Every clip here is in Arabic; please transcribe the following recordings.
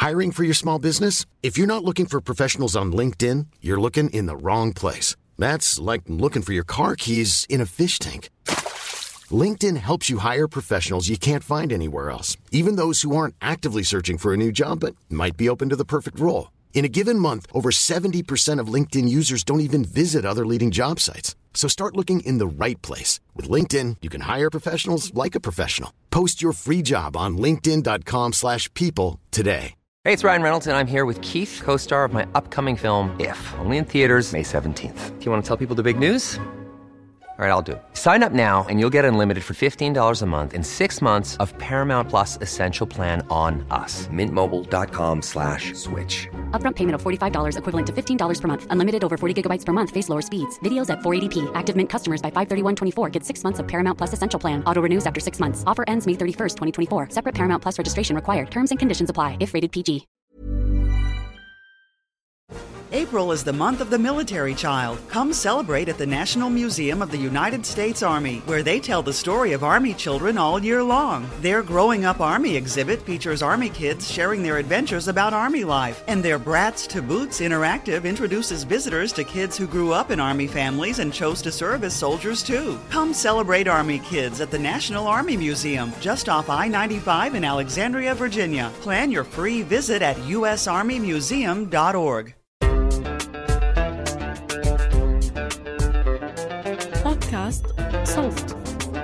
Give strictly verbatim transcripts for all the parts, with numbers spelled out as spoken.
Hiring for your small business? If you're not looking for professionals on LinkedIn, you're looking in the wrong place. That's like looking for your car keys in a fish tank. LinkedIn helps you hire professionals you can't find anywhere else, even those who aren't actively searching for a new job but might be open to the perfect role. In a given month, over seventy percent of LinkedIn users don't even visit other leading job sites. So start looking in the right place. With LinkedIn, you can hire professionals like a professional. Post your free job on linkedin.com slash people today. Hey, it's Ryan Reynolds, and I'm here with Keith, co-star of my upcoming film, If, only in theaters May seventeenth. Do you want to tell people the big news? All right, I'll do it. Sign up now and you'll get unlimited for fifteen dollars a month and six months of Paramount Plus Essential Plan on us. Mintmobile.com slash switch. Upfront payment of forty-five dollars equivalent to fifteen dollars per month. Unlimited over forty gigabytes per month. Face lower speeds. Videos at four eighty p. Active Mint customers by five thirty-one twenty-four get six months of Paramount Plus Essential Plan. Auto renews after six months. Offer ends May thirty-first, twenty twenty-four. Separate Paramount Plus registration required. Terms and conditions apply if rated P G. April is the month of the military child. Come celebrate at the National Museum of the United States Army, where they tell the story of Army children all year long. Their Growing Up Army exhibit features Army kids sharing their adventures about Army life, and their Brats to Boots interactive introduces visitors to kids who grew up in Army families and chose to serve as soldiers too. Come celebrate Army kids at the National Army Museum, just off I ninety-five in Alexandria, Virginia. Plan your free visit at u s army museum dot org. بودكاست صوت.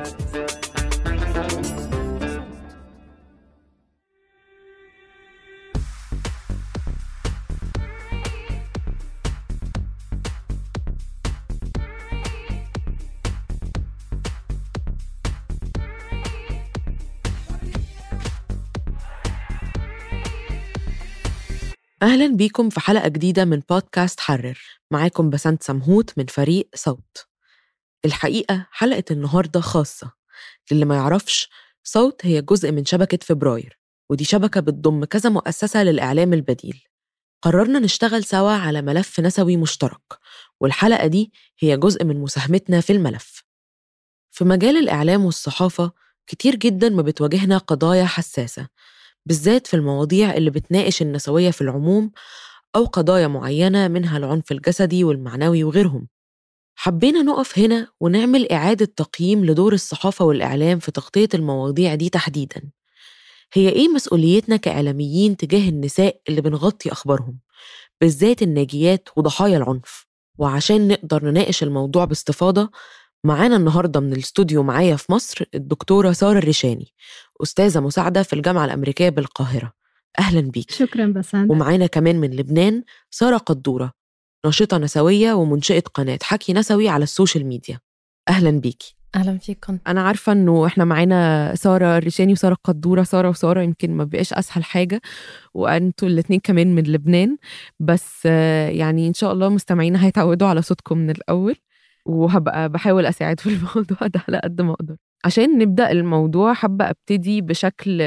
أهلاً بيكم في حلقة جديدة من بودكاست حرر. معاكم بسنت سمهوت من فريق صوت. الحقيقة حلقة النهاردة خاصة. للي ما يعرفش، صوت هي جزء من شبكة فبراير، ودي شبكة بتضم كذا مؤسسة للإعلام البديل. قررنا نشتغل سوا على ملف نسوي مشترك، والحلقة دي هي جزء من مساهمتنا في الملف. في مجال الإعلام والصحافة كتير جداً ما بتواجهنا قضايا حساسة، بالذات في المواضيع اللي بتناقش النسوية في العموم أو قضايا معينة منها العنف الجسدي والمعنوي وغيرهم. حبينا نقف هنا ونعمل إعادة تقييم لدور الصحافة والإعلام في تغطية المواضيع دي تحديداً. هي إيه مسؤوليتنا كإعلاميين تجاه النساء اللي بنغطي أخبارهم، بالذات الناجيات وضحايا العنف؟ وعشان نقدر نناقش الموضوع باستفاضة، معانا النهاردة من الاستوديو معايا في مصر الدكتورة سارة الرشاني، أستاذة مساعدة في الجامعة الأمريكية بالقاهرة. أهلاً بيك. شكراً بسنت. ومعانا كمان من لبنان سارة قدورة، ناشطة نسوية ومنشئة قناة حكي نسوي على السوشيال ميديا. أهلاً بيكي. أهلاً فيكم. أنا عارفة أنه إحنا معانا سارة الرشاني وسارة قدورة. سارة وسارة يمكن ما بقاش أسهل حاجة، وأنتوا الاثنين كمان من لبنان، بس يعني إن شاء الله مستمعين هيتعودوا على صوتكم من الأول، وهبقى بحاول أساعد في الموضوع ده على قد ما أقدر. عشان نبدأ الموضوع حابة أبتدي بشكل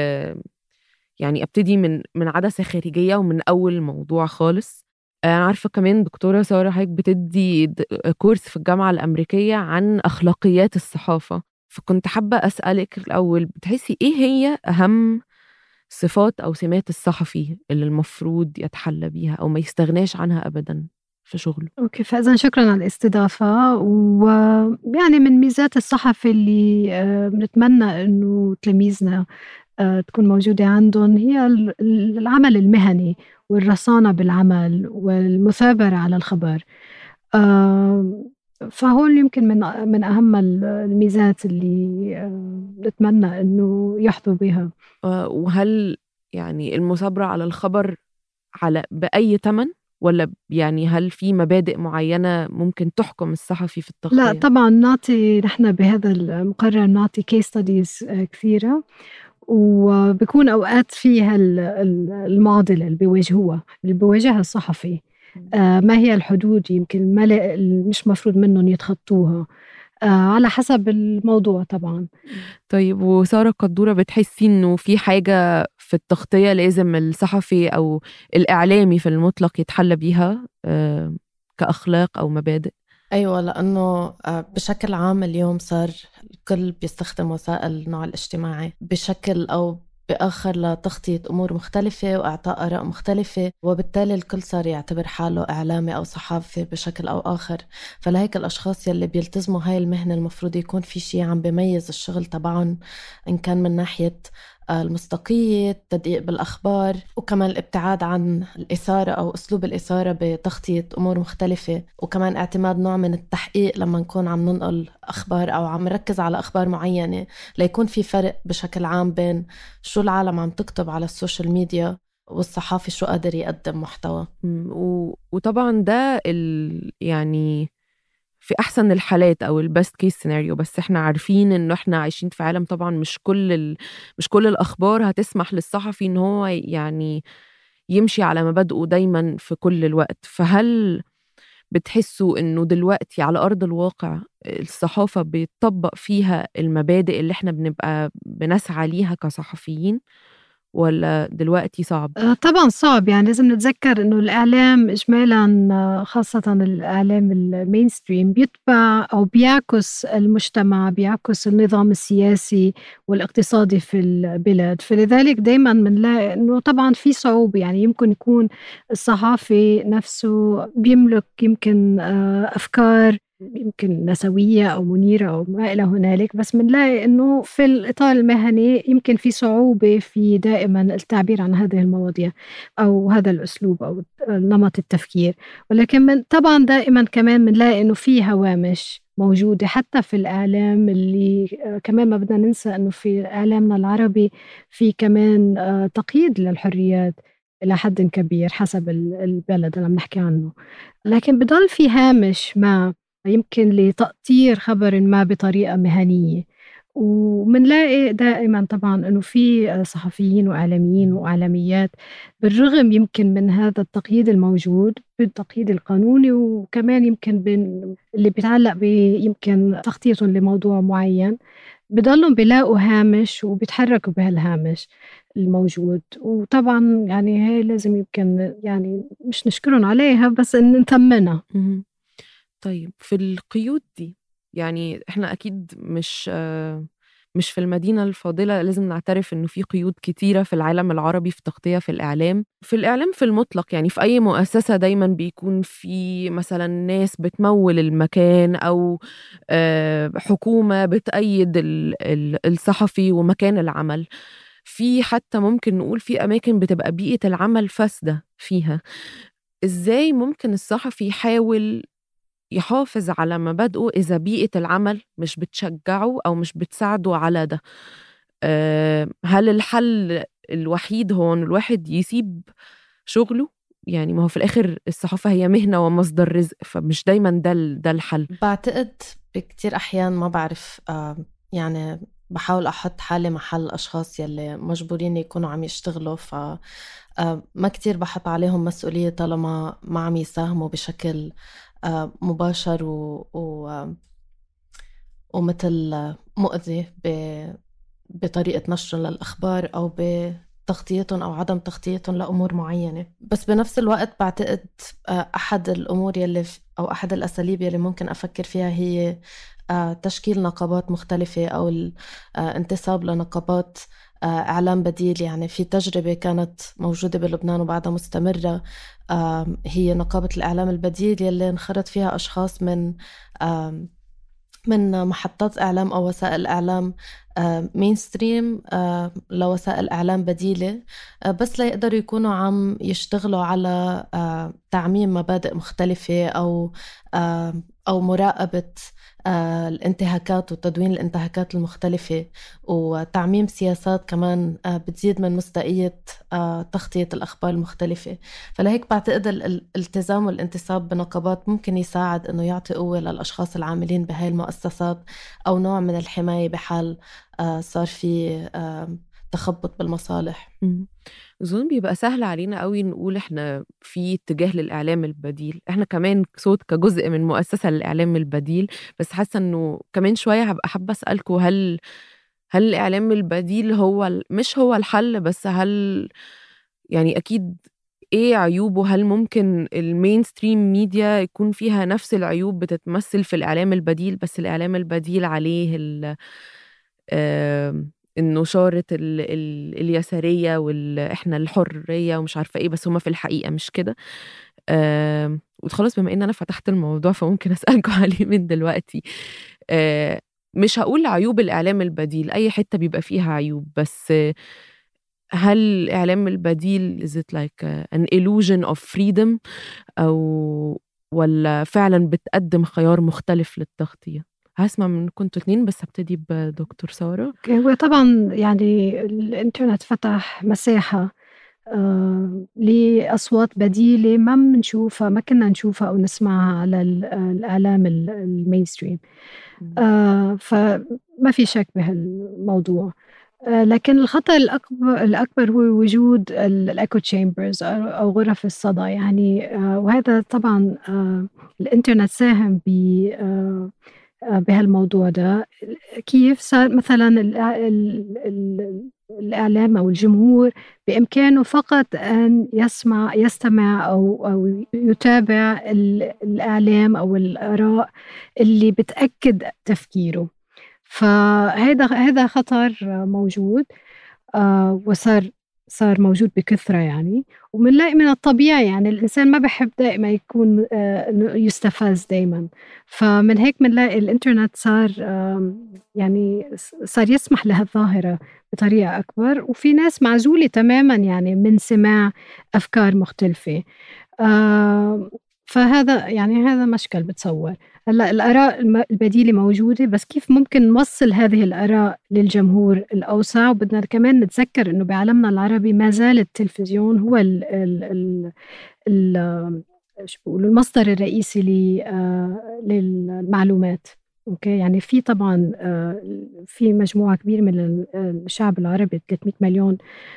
يعني أبتدي من من عدسة خارجية ومن أول موضوع خالص. أنا عارفة كمان دكتورة سارة هيك بتدي كورس في الجامعة الأمريكية عن أخلاقيات الصحافة، فكنت حابة أسألك الأول، بتحسي إيه هي أهم صفات أو سمات الصحفي اللي المفروض يتحلى بيها أو ما يستغناش عنها أبداً في شغله؟ أوكي، فإذن شكراً على الاستضافة. ويعني من ميزات الصحفي اللي بنتمنى إنه تلاميذنا تكون موجودة عندهم هي العمل المهني والرصانة بالعمل والمثابرة على الخبر. فهول يمكن من من أهم الميزات اللي نتمنى إنه يحظوا بها. وهل يعني المثابرة على الخبر على بأي ثمن، ولا يعني هل في مبادئ معينة ممكن تحكم الصحفي في التغطية؟ لا طبعا، نعطي نحن بهذا المقرر نعطي كيس ستاديز كثيرة، وبيكون أوقات فيها المعضلة اللي بيواجهوها اللي بيواجهها الصحفي. آه ما هي الحدود يمكن ما مش مفروض منهم يتخطوها، آه على حسب الموضوع طبعا. طيب، وسارة قدورة، بتحسي إنه في حاجة في التغطية لازم الصحفي أو الإعلامي في المطلق يتحلى بيها آه كأخلاق أو مبادئ؟ أيوة، لأنه بشكل عام اليوم صار الكل بيستخدم وسائل النوع الاجتماعي بشكل أو بآخر لتغطية أمور مختلفة وإعطاء آراء مختلفة، وبالتالي الكل صار يعتبر حاله إعلامي أو صحافي بشكل أو آخر. فلهيك الأشخاص يلي بيلتزموا هاي المهنة المفروض يكون في شيء عم بيميز الشغل طبعاً، إن كان من ناحية المصداقية، التدقيق بالأخبار، وكمان الابتعاد عن الإثارة أو أسلوب الإثارة بتغطية أمور مختلفة، وكمان اعتماد نوع من التحقيق لما نكون عم ننقل أخبار أو عم نركز على أخبار معينة، ليكون في فرق بشكل عام بين شو العالم عم تكتب على السوشيال ميديا والصحافي شو قادر يقدم محتوى. و... وطبعا ده ال... يعني في أحسن الحالات أو البست كيس سيناريو، بس إحنا عارفين إنه إحنا عايشين في عالم طبعا مش كل ال... مش كل الأخبار هتسمح للصحفي إن هو يعني يمشي على مبادئه دايما في كل الوقت. فهل بتحسوا إنه دلوقتي على أرض الواقع الصحافة بيتطبق فيها المبادئ اللي إحنا بنبقى بنسعى ليها كصحفيين، ولا دلوقتي صعب؟ طبعا صعب. يعني لازم نتذكر انه الاعلام اجمالا، خاصة الاعلام المينستريم، بيتبع او بيعكس المجتمع، بيعكس النظام السياسي والاقتصادي في البلاد. فلذلك دايما بنلاقي انه طبعا في صعوبة. يعني يمكن يكون الصحافي نفسه بيملك يمكن افكار يمكن نسوية أو منيرة أو ما إلى هنالك، بس منلاقي أنه في الإطار المهني يمكن في صعوبة في دائما التعبير عن هذه المواضيع أو هذا الأسلوب أو نمط التفكير. ولكن من طبعا دائما كمان منلاقي أنه في هوامش موجودة حتى في الإعلام، اللي كمان ما بدنا ننسى أنه في إعلامنا العربي في كمان تقييد للحريات إلى حد كبير حسب البلد اللي عم نحكي عنه. لكن بضل في هامش ما يمكن لتقطير خبر ما بطريقة مهنية. ومنلاقي دائما طبعا أنه في صحفيين وإعلاميين وإعلاميات بالرغم يمكن من هذا التقييد الموجود بالتقييد القانوني، وكمان يمكن بين اللي بيتعلق بيمكن تغطيتهم لموضوع معين، بضلهم بيلاقوا هامش وبيتحركوا بهالهامش الموجود. وطبعا يعني هاي لازم يمكن يعني مش نشكرهم عليها بس إن نثمنها. طيب في القيود دي، يعني احنا اكيد مش مش في المدينة الفاضلة، لازم نعترف انه في قيود كتيرة في العالم العربي في تغطية في الاعلام في الاعلام في المطلق. يعني في اي مؤسسة دايما بيكون في مثلا ناس بتمول المكان او حكومة بتأيد الصحفي ومكان العمل. في حتى ممكن نقول في اماكن بتبقى بيئة العمل فاسدة فيها. ازاي ممكن الصحفي يحاول يحافظ على مبادئه إذا بيئة العمل مش بتشجعه أو مش بتساعده على ده؟ أه هل الحل الوحيد هو أن الواحد يسيب شغله؟ يعني ما هو في الآخر الصحافة هي مهنة ومصدر رزق، فمش دايما ده, ده الحل. بعتقد بكتير أحيان ما بعرف، آه يعني بحاول أحط حالي محل أشخاص يلي مجبورين يكونوا عم يشتغلوا، ف ما كتير بحط عليهم مسؤولية طالما ما عم يساهموا بشكل مباشر و... و... ومثل مؤذي ب... بطريقة نشر للأخبار أو بتغطيتهم أو عدم تغطيتهم لأمور معينة. بس بنفس الوقت بعتقد أحد الأمور يلي أو أحد الأساليب يلي ممكن أفكر فيها هي تشكيل نقابات مختلفة أو الانتساب لنقابات إعلام بديل. يعني في تجربة كانت موجودة بلبنان وبعدها مستمرة، هي نقابة الإعلام البديل يلي انخرط فيها أشخاص من من محطات إعلام أو وسائل إعلام مينستريم لوسائل إعلام بديلة، بس لا يقدروا يكونوا عم يشتغلوا على تعميم مبادئ مختلفة أو أو مراقبة الانتهاكات وتدوين الانتهاكات المختلفة وتعميم سياسات كمان بتزيد من مصداقية تغطية الأخبار المختلفة. فلهيك بعتقد الالتزام والانتساب بنقابات ممكن يساعد أنه يعطي قوة للأشخاص العاملين بهاي المؤسسات أو نوع من الحماية بحال صار في تخبط بالمصالح. أظن بيبقى سهل علينا قوي نقول إحنا في اتجاه للإعلام البديل، إحنا كمان صوت كجزء من مؤسسة للإعلام البديل، بس حاسة إنه كمان شوية هبقى حابة أسألكوا هل هل الإعلام البديل هو مش هو الحل، بس هل يعني أكيد إيه عيوبه؟ هل ممكن المينستريم ميديا يكون فيها نفس العيوب بتتمثل في الإعلام البديل، بس الإعلام البديل عليه ال إنه شارة ال ال اليسارية وإحنا الحرية ومش عارفة إيه، بس هما في الحقيقة مش كده. آه وخلاص بما إن أنا فتحت الموضوع فممكن أسألكم عليه من دلوقتي. آه مش هقول عيوب الإعلام البديل، أي حتة بيبقى فيها عيوب، بس هل الإعلام البديل is it like an illusion of freedom أو ولا فعلا بتقدم خيار مختلف للتغطية؟ هسمع من كنتوا اتنين، بس هبتدي بدكتور سارة. هو طبعا يعني الإنترنت فتح مساحة آه لأصوات بديلة ما بنشوفها ما كنا نشوفها أو نسمعها على الإعلام المينستريم. آه فما في شك بهالموضوع. آه لكن الخطر الأكبر, الأكبر هو وجود الأكو تشامبرز أو غرف الصدى يعني. آه وهذا طبعا آه الإنترنت ساهم ب آه بهالموضوع ده. كيف صار مثلا ال ال ال الإعلام أو الجمهور بإمكانه فقط أن يسمع يستمع أو أو يتابع الإعلام أو الآراء اللي بتأكد تفكيره. فهذا هذا خطر موجود آه وصار صار موجود بكثرة يعني. ومنلاقي من الطبيعي يعني الإنسان ما بحب دائما يكون آه يستفز دائما. فمن هيك منلاقي الإنترنت صار آه يعني صار يسمح لهالظاهرة بطريقة أكبر، وفي ناس معزولة تماما يعني من سماع أفكار مختلفة. آه فهذا يعني هذا مشكل بتصور. هلا الآراء البديلة موجودة، بس كيف ممكن نوصل هذه الآراء للجمهور الأوسع؟ وبدنا كمان نتذكر إنه بعالمنا العربي ما زال التلفزيون هو ال ال ال ال شو بيقولوا المصدر الرئيسي للمعلومات. أوكي يعني في طبعا في مجموعة كبيرة من الشعب العربي ثلاثمية مليون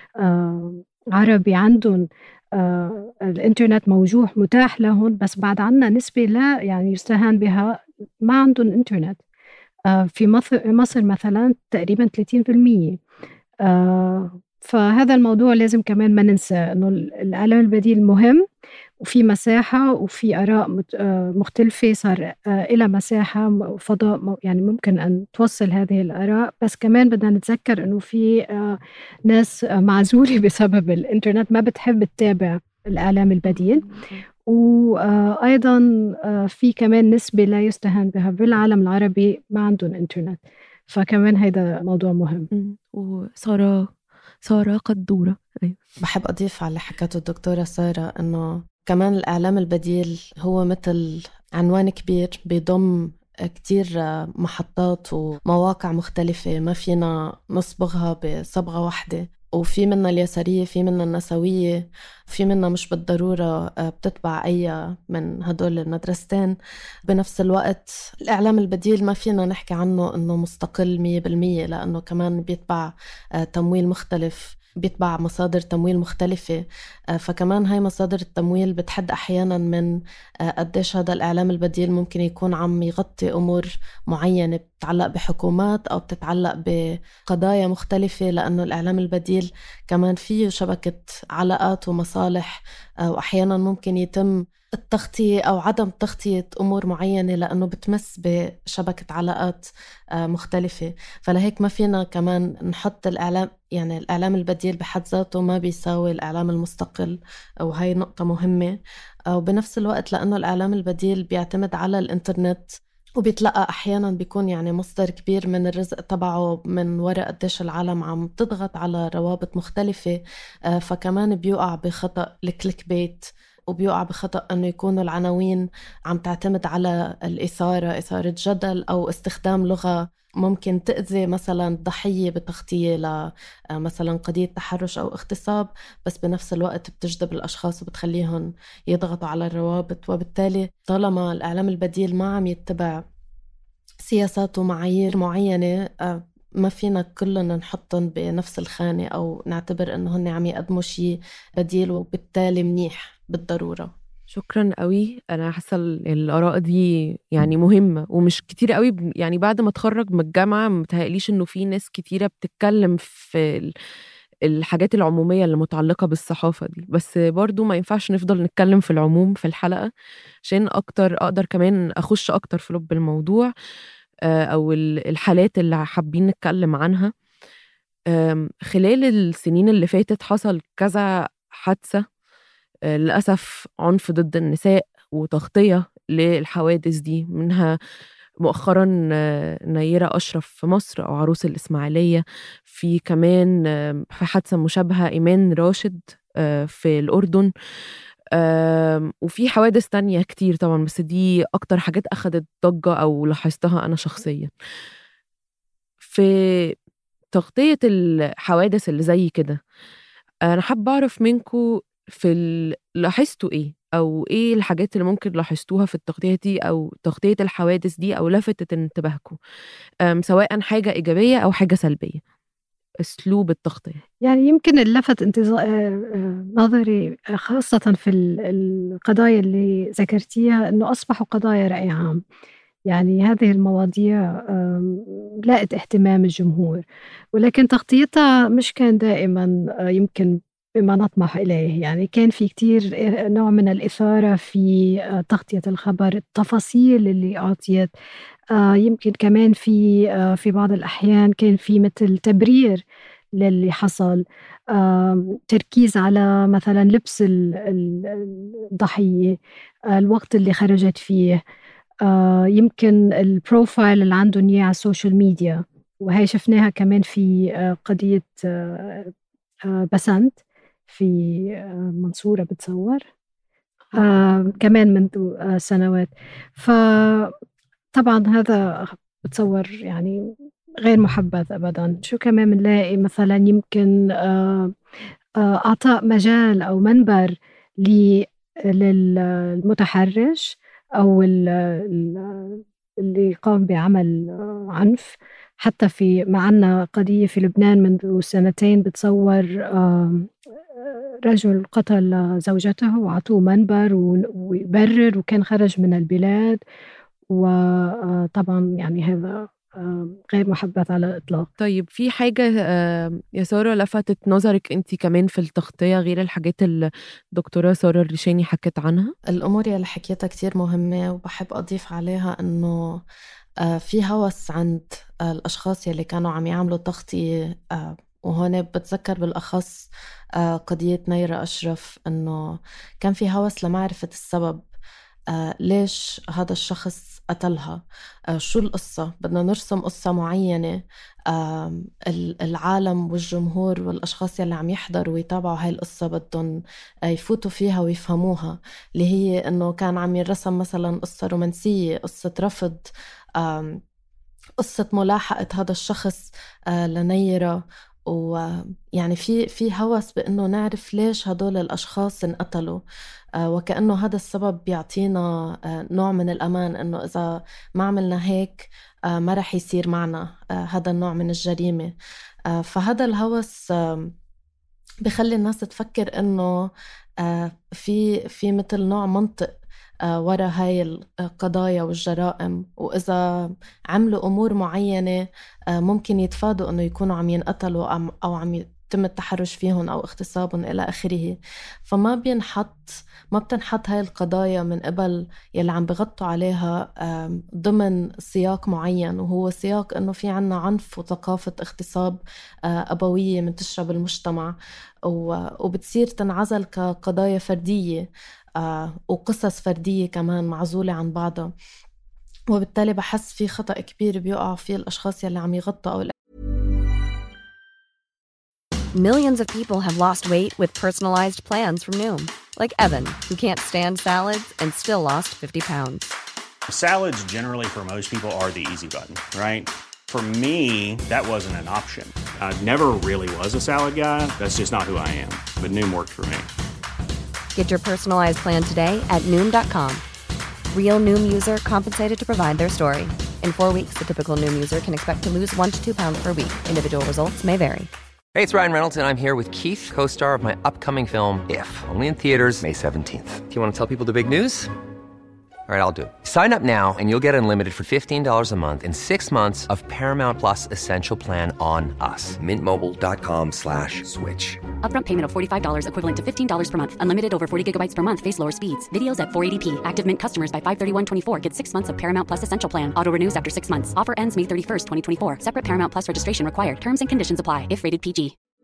عربي عندهم آه الإنترنت موجود متاح لهم، بس بعد عنا نسبة لا يعني يستهان بها ما عندهم إنترنت. آه في مصر, مصر مثلا تقريبا ثلاثين بالمية. آه فهذا الموضوع لازم كمان ما ننسى إنه الإعلام البديل مهم، وفي مساحة وفي آراء مختلفة صار إلى مساحة وفضاء يعني ممكن أن توصل هذه الآراء. بس كمان بدنا نتذكر إنه في ناس معزولة بسبب الإنترنت ما بتحب تتابع الإعلام البديل. وأيضا في كمان نسبة لا يستهان بها بالعالم العربي ما عندهم إنترنت، فكمان هذا موضوع مهم. وسارة سارة قدورة. أيوة. بحب أضيف على اللي حكته الدكتورة سارة أنه كمان الإعلام البديل هو مثل عنوان كبير بيضم كتير محطات ومواقع مختلفة ما فينا نصبغها بصبغة واحدة، وفي منا اليسارية في منا النسوية في منا مش بالضرورة بتتبع أي من هدول المدرستين. بنفس الوقت الإعلام البديل ما فينا نحكي عنه أنه مستقل مية بالمية، لأنه كمان بيتبع تمويل مختلف، بيتبع مصادر تمويل مختلفة. فكمان هاي مصادر التمويل بتحد أحيانا من قديش هذا الإعلام البديل ممكن يكون عم يغطي أمور معينة بتتعلق بحكومات أو بتتعلق بقضايا مختلفة، لأنه الإعلام البديل كمان فيه شبكة علاقات ومصالح، وأحيانا ممكن يتم التغطية أو عدم تغطية أمور معينة لأنه بتمس بشبكة علاقات مختلفة. فلهيك ما فينا كمان نحط الإعلام يعني الإعلام البديل بحد ذاته ما بيساوي الإعلام المستقل، وهي نقطة مهمة. وبنفس الوقت لأنه الإعلام البديل بيعتمد على الإنترنت وبيتلقى أحيانا بيكون يعني مصدر كبير من الرزق تبعه من وراء قديش العالم عم تضغط على روابط مختلفة، فكمان بيوقع بخطأ الكليك بيت، وبيوقع بخطأ أنه يكونوا العناوين عم تعتمد على الإثارة إثارة جدل أو استخدام لغة ممكن تأذي مثلا الضحية بتغطية لمثلا قضية تحرش أو اغتصاب، بس بنفس الوقت بتجذب الأشخاص وبتخليهم يضغطوا على الروابط. وبالتالي طالما الإعلام البديل ما عم يتبع سياسات ومعايير معينة ما فينا كلنا نحطهم بنفس الخانة أو نعتبر أنه هن عم يقدموا شيء بديل وبالتالي منيح بالضرورة. شكرا قوي. أنا حاسة الآراء دي يعني مهمة ومش كتير قوي، يعني بعد ما اتخرج من الجامعة متهيأليش إنه في ناس كتيرة بتتكلم في الحاجات العمومية اللي متعلقة بالصحافة دي، بس برضو ما ينفعش نفضل نتكلم في العموم في الحلقة عشان أكتر أقدر كمان أخش أكتر في لب الموضوع أو الحالات اللي حابين نتكلم عنها. خلال السنين اللي فاتت حصل كذا حادثة للأسف عنف ضد النساء وتغطية للحوادث دي، منها مؤخرا نيرة أشرف في مصر أو عروس الإسماعيلية، في كمان في حادثة مشابهة إيمان راشد في الأردن، وفي حوادث تانية كتير طبعا، بس دي أكتر حاجات أخدت ضجة أو لاحظتها أنا شخصيا. في تغطية الحوادث اللي زي كده أنا حابة أعرف منكم في ال... لاحظتوا إيه أو إيه الحاجات اللي ممكن لاحظتوها في التغطية دي أو تغطية الحوادث دي أو لفتت انتباهكم، سواء حاجة إيجابية أو حاجة سلبية، أسلوب التغطية. يعني يمكن اللفت نظري خاصة في القضايا اللي ذكرتيها أنه أصبحوا قضايا رأي عام. يعني هذه المواضيع لاقت اهتمام الجمهور، ولكن تغطيتها مش كان دائما يمكن بما نطمح إليه. يعني كان في كتير نوع من الإثارة في تغطية الخبر، التفاصيل اللي أعطيت، يمكن كمان في في بعض الأحيان كان في مثل تبرير للي حصل، تركيز على مثلا لبس الضحية، الوقت اللي خرجت فيه، آه يمكن البروفايل اللي عندهم إياه على السوشيال ميديا. وهي شفناها كمان في آه قضية آه آه بسنت في آه منصورة بتصور آه كمان منذ آه سنوات. فطبعا هذا بتصور يعني غير محبذ أبدا. شو كمان بنلاقي مثلا يمكن آه آه أعطاء مجال أو منبر للمتحرش أو اللي قام بعمل عنف. حتى في معنا قضية في لبنان منذ سنتين بتصور رجل قتل زوجته وعطوه منبر ويبرر وكان خرج من البلاد، وطبعا يعني هذا غير محبذ على الإطلاق. طيب في حاجة يا سارة لفتت نظرك أنت كمان في التغطية غير الحاجات اللي الدكتورة سارة الريشاني حكت عنها؟ الأمور اللي حكيتها كتير مهمة، وبحب أضيف عليها أنه في هوس عند الأشخاص يلي كانوا عم يعملوا تغطية، وهنا بتذكر بالأخص قضية نيرة أشرف، أنه كان في هوس لمعرفة السبب، ليش هذا الشخص قتلها، شو القصة، بدنا نرسم قصة معينة العالم والجمهور والأشخاص يلي عم يحضروا ويتابعوا هاي القصة بدهم يفوتوا فيها ويفهموها، اللي هي أنه كان عم يرسم مثلا قصة رومانسية، قصة رفض، قصة ملاحقة هذا الشخص لنيرة، ويعني في في هوس بأنه نعرف ليش هدول الأشخاص انقتلوا، وكأنه هذا السبب بيعطينا نوع من الأمان، أنه إذا ما عملنا هيك ما رح يصير معنا هذا النوع من الجريمة. فهذا الهوس بخلي الناس تفكر أنه في في مثل نوع منطق وراء هاي القضايا والجرائم، وإذا عملوا أمور معينة ممكن يتفادوا أنه يكونوا عم ينقتلوا أو عم يتم التحرش فيهم أو اغتصابهم إلى آخره. فما بينحط ما بتنحط هاي القضايا من قبل يلي عم بغطوا عليها ضمن سياق معين، وهو سياق أنه في عنا عنف وثقافة اغتصاب أبوية منتشرة بالمجتمع، وبتصير تنعزل كقضايا فردية وقصص فردية كمان معزولة عن بعضها. وبالتالي بحس في خطأ كبير بيقع فيه الأشخاص يلي عم يغطوا أو Millions of people have lost weight with personalized plans from Noom. Like Evan, who can't stand salads and still lost fifty pounds. Salads generally for most people are the easy button, right? For me, that wasn't an option. I never really was a salad guy. That's just not who I am. But Noom worked for me. Get your personalized plan today at Noom dot com. Real Noom user compensated to provide their story. In four weeks, the typical Noom user can expect to lose one to two pounds per week. Individual results may vary. Hey, it's Ryan Reynolds, and I'm here with Keith, co-star of my upcoming film, If, only in theaters May seventeenth. Do you want to tell people the big news? All right, I'll do it. Sign up now and you'll get unlimited for fifteen dollars a month and six months of Paramount Plus Essential Plan on us. Mint Mobile dot com slash switch. Upfront payment of forty-five dollars equivalent to fifteen dollars per month. Unlimited over forty gigabytes per month. Face lower speeds. Videos at four eighty p. Active Mint customers by five thirty-one twenty-four get six months of Paramount Plus Essential Plan. Auto renews after six months. Offer ends May thirty-first, twenty twenty-four. Separate Paramount Plus registration required. Terms and conditions apply if rated P G.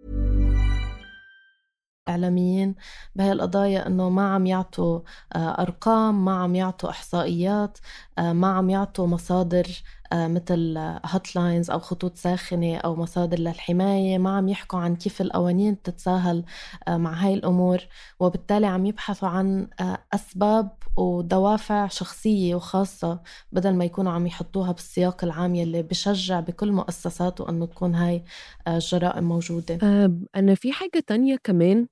إعلاميين بهاي القضايا إنه ما عم يعطوا أرقام، ما عم يعطوا إحصائيات، ما عم يعطوا مصادر مثل هوتلاينز أو خطوط ساخنة أو مصادر للحماية، ما عم يحكوا عن كيف القوانين تتساهل مع هاي الأمور، وبالتالي عم يبحثوا عن أسباب ودوافع شخصية وخاصة بدل ما يكونوا عم يحطوها بالسياق العام يلي بشجع بكل مؤسساته أنه تكون هاي الجرائم موجودة. أنا في حاجة تانية كمان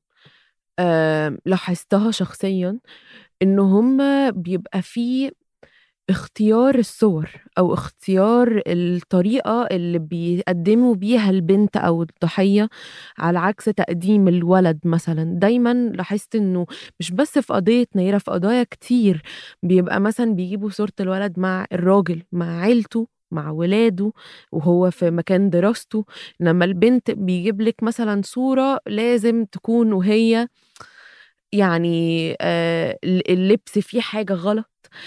لاحظتها شخصيا، إنه هم بيبقى فيه اختيار الصور أو اختيار الطريقة اللي بيقدموا بيها البنت أو الضحية على عكس تقديم الولد مثلا. دايما لاحظت إنه مش بس في قضية نيرة، في قضايا كتير بيبقى مثلا بيجيبوا صورة الولد مع الراجل مع عيلته مع ولاده وهو في مكان دراسته، إنما البنت بيجيب لك مثلا صورة لازم تكون وهي يعني اللبس فيه حاجة غلط،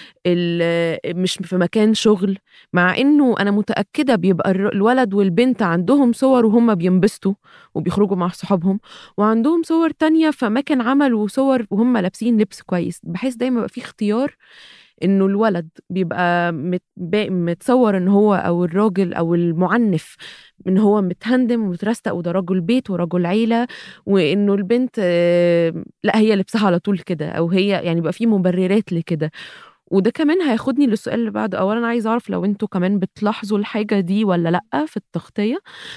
مش في مكان شغل، مع انه انا متأكدة بيبقى الولد والبنت عندهم صور وهم بينبسطوا وبيخرجوا مع صحابهم، وعندهم صور تانية في مكان عمل وصور وهم لابسين لبس كويس. بحيث دايما بقى فيه اختيار انه الولد بيبقى متصور ان هو او الراجل او المعنف ان هو متهندم ومترستق وده رجل بيت ورجل عيلة، وانه البنت لا هي لبسها على طول كده، او هي يعني بقى فيه مبررات لكده. وده كمان هياخدني للسؤال اللي بعده. اولا عايز اعرف لو انتوا كمان بتلاحظوا الحاجة دي ولا لا في التغطية،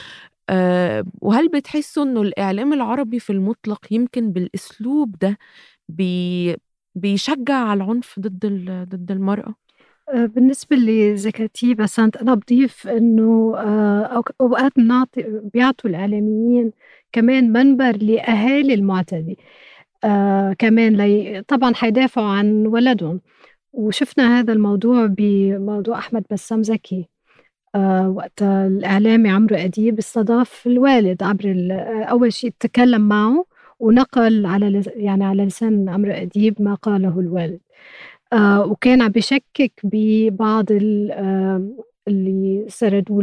أه وهل بتحسوا انه الاعلام العربي في المطلق يمكن بالاسلوب ده بي بيشجع على العنف ضد ضد المرأة؟ بالنسبة اللي ذكرتيه بس أنا بضيف إنه أوقات بنعطي بيعطوا الإعلاميين كمان منبر لأهالي المعتدي آه كمان لي طبعا حيدافعوا عن ولدهم. وشفنا هذا الموضوع بموضوع أحمد بسام زكي آه وقت الإعلامي عمرو أديب استضاف الوالد عبر أول شيء تكلم معه ونقل على يعني على لسان عمرو أديب ما قاله الوالد، آه وكان عم بيشكك ببعض آه اللي سردوا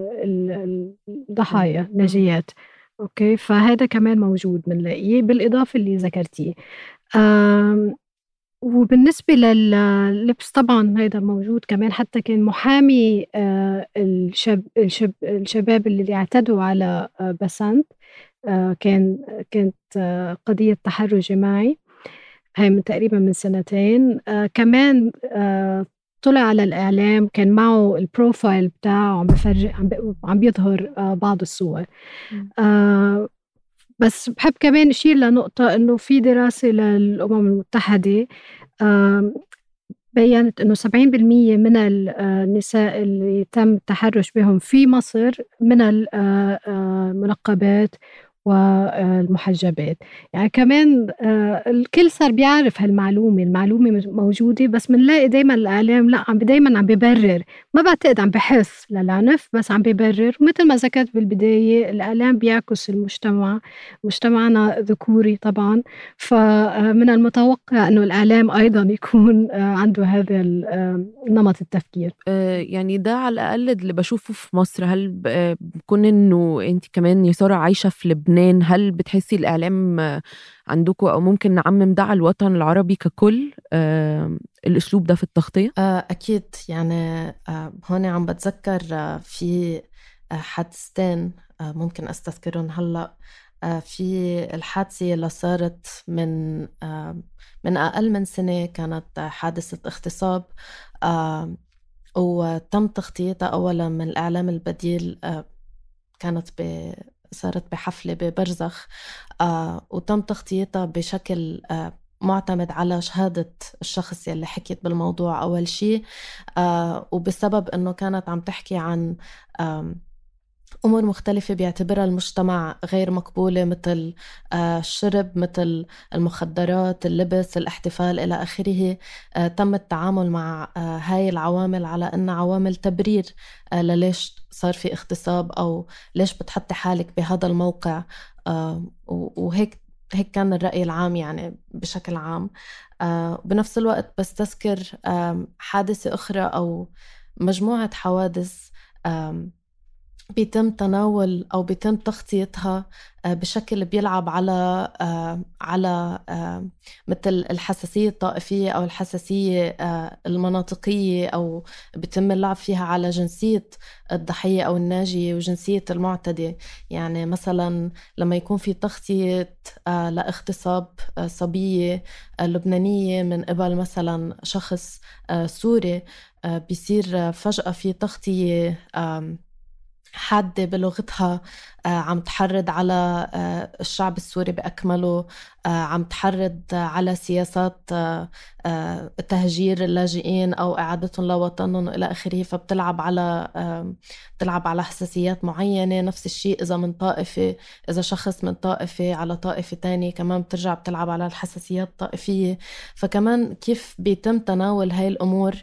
الضحايا نجيات. اوكي، فهذا كمان موجود بنلاقيه بالاضافه اللي ذكرتيه. آه وبالنسبه لللبس طبعا هذا موجود كمان، حتى كان محامي آه الشب الشب الشباب اللي اعتدوا على آه بسنت آه كان كانت آه قضيه تحرش جماعي، هاي من تقريبا من سنتين. آه كمان آه طلع على الإعلام كان معه البروفايل بتاعه عم بفرج عم, عم بيظهر آه بعض الصور. آه بس بحب كمان أشير لنقطة إنه في دراسة للأمم المتحدة آه بيّنت إنه سبعين بالمية من النساء اللي تم التحرش بهم في مصر من المنقبات والمحجبات. يعني كمان الكل صار بيعرف هالمعلومة، المعلومة موجودة، بس منلاقي دايما الإعلام لا عم دايما عم بيبرر، ما بعتقد عم بحث للعنف بس عم بيبرر. ومثل ما ذكرت بالبداية الإعلام بيعكس المجتمع، مجتمعنا ذكوري طبعا، فمن المتوقع أنه الإعلام أيضا يكون عنده هذا نمط التفكير. يعني ده على الأقل اللي بشوفه في مصر. هل بكون أنه أنت كمان يا سارة عايشة في لبنان، هل بتحسي الإعلام عندكم أو ممكن نعمم ده على الوطن العربي ككل آه الأسلوب ده في التغطية؟ أكيد. يعني آه هون عم بتذكر آه في آه حادثتين آه ممكن أستذكرهم هلأ. آه في الحادثة اللي صارت من آه من أقل من سنة، كانت حادثة اغتصاب آه وتم تغطيتها أولا من الإعلام البديل. آه كانت ب صارت بحفلة ببرزخ آه وتم تغطيتها بشكل آه معتمد على شهادة الشخص يلي حكيت بالموضوع أول شيء، آه وبسبب أنه كانت عم تحكي عن آه أمور مختلفة بيعتبرها المجتمع غير مقبولة، مثل الشرب، مثل المخدرات، اللبس، الاحتفال إلى آخره. تم التعامل مع هاي العوامل على أن عوامل تبرير لليش صار في اغتصاب أو ليش بتحطي حالك بهذا الموقع. وهيك هيك كان الرأي العام يعني بشكل عام. بنفس الوقت بس تذكر حادثة أخرى أو مجموعة حوادث بيتم تناول أو بيتم تغطيتها بشكل بيلعب على على مثل الحساسية الطائفية أو الحساسية المناطقية، أو بيتم اللعب فيها على جنسية الضحية أو الناجية وجنسية المعتدي. يعني مثلا لما يكون في تغطية لاغتصاب صبية لبنانية من قبل مثلا شخص سوري، بيصير فجأة في تغطية حادة بلغتها عم تحرض على الشعب السوري بأكمله، عم تحرض على سياسات تهجير اللاجئين أو إعادتهم لوطنهم إلى آخره. فبتلعب على بتلعب على حساسيات معينة. نفس الشيء إذا من طائفة، إذا شخص من طائفة على طائفة تانية كمان بترجع بتلعب على الحساسيات الطائفية. فكمان كيف بيتم تناول هاي الأمور